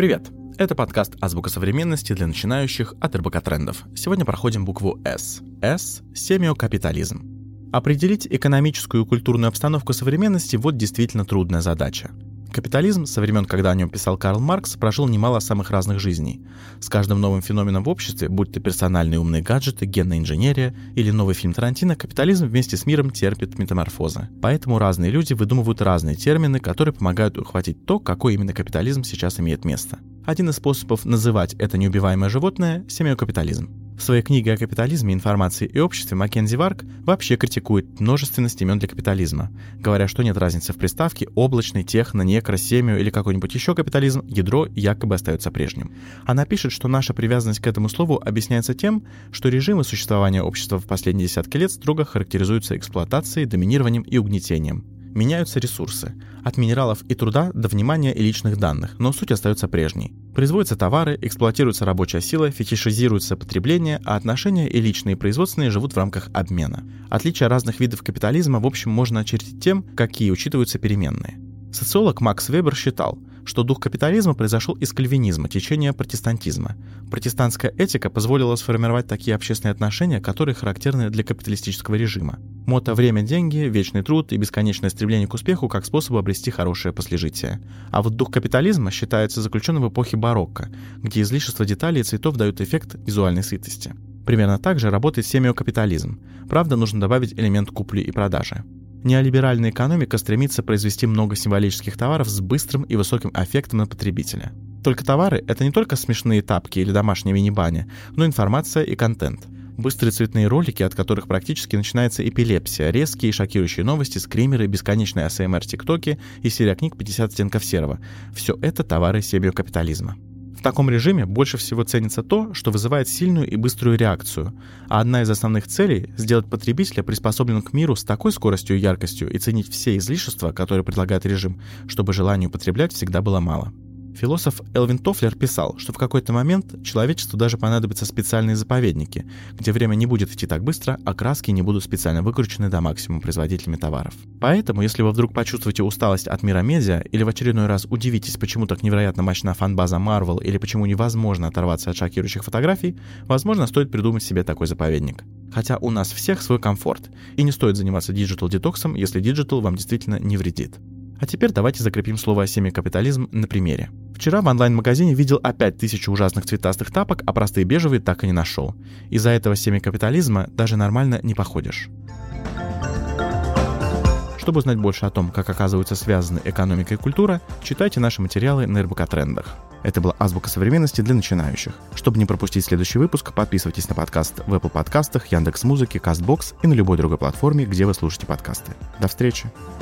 Привет! Это подкаст «Азбука современности» для начинающих от РБК Трендов. Сегодня проходим букву «С». «С» — семиокапитализм. Определить экономическую и культурную обстановку современности — вот действительно трудная задача. Капитализм, со времен, когда о нем писал Карл Маркс, прожил немало самых разных жизней. С каждым новым феноменом в обществе, будь то персональные умные гаджеты, генная инженерия или новый фильм Тарантино, капитализм вместе с миром терпит метаморфозы. Поэтому разные люди выдумывают разные термины, которые помогают ухватить то, какой именно капитализм сейчас имеет место. Один из способов называть это неубиваемое животное – семиокапитализм. В своей книге о капитализме, информации и обществе Маккензи Варг вообще критикует множественность имен для капитализма, говоря, что нет разницы в приставке облачный, техно, некро, семио или какой-нибудь еще капитализм, ядро якобы остается прежним. Она пишет, что наша привязанность к этому слову объясняется тем, что режимы существования общества в последние десятки лет строго характеризуются эксплуатацией, доминированием и угнетением. Меняются ресурсы, от минералов и труда до внимания и личных данных, но суть остается прежней. Производятся товары, эксплуатируется рабочая сила, фетишизируется потребление, а отношения и личные, и производственные живут в рамках обмена. Отличия разных видов капитализма, в общем, можно очертить тем, какие учитываются переменные. Социолог Макс Вебер считал, что дух капитализма произошел из кальвинизма, течения протестантизма. Протестантская этика позволила сформировать такие общественные отношения, которые характерны для капиталистического режима. Мото «время, деньги», вечный труд и бесконечное стремление к успеху как способ обрести хорошее послежитие. А вот дух капитализма считается заключенным в эпохе барокко, где излишество деталей и цветов дают эффект визуальной сытости. Примерно так же работает семиокапитализм. Правда, нужно добавить элемент купли и продажи. Неолиберальная экономика стремится произвести много символических товаров с быстрым и высоким эффектом на потребителя. Только товары — это не только смешные тапки или домашняя мини-баня, но информация и контент. Быстрые цветные ролики, от которых практически начинается эпилепсия, резкие и шокирующие новости, скримеры, бесконечные АСМР-тиктоки и серия книг «50 оттенков серого» — все это товары семиокапитализма. В таком режиме больше всего ценится то, что вызывает сильную и быструю реакцию, а одна из основных целей — сделать потребителя приспособленным к миру с такой скоростью и яркостью и ценить все излишества, которые предлагает режим, чтобы желания употреблять всегда было мало. Философ Элвин Тофлер писал, что в какой-то момент человечеству даже понадобятся специальные заповедники, где время не будет идти так быстро, а краски не будут специально выкручены до максимума производителями товаров. Поэтому, если вы вдруг почувствуете усталость от мира медиа или в очередной раз удивитесь, почему так невероятно мощна фан-база Marvel или почему невозможно оторваться от шокирующих фотографий, возможно, стоит придумать себе такой заповедник. Хотя у нас всех свой комфорт, и не стоит заниматься диджитал-детоксом, если диджитал вам действительно не вредит. А теперь давайте закрепим слово «семикапитализм» на примере. Вчера в онлайн-магазине видел опять 1000 ужасных цветастых тапок, а простые бежевые так и не нашел. Из-за этого семикапитализма даже нормально не походишь. Чтобы узнать больше о том, как оказываются связаны экономика и культура, читайте наши материалы на РБК Трендах. Это была «Азбука современности» для начинающих. Чтобы не пропустить следующий выпуск, подписывайтесь на подкаст в Apple подкастах, Яндекс.Музыке, Castbox и на любой другой платформе, где вы слушаете подкасты. До встречи!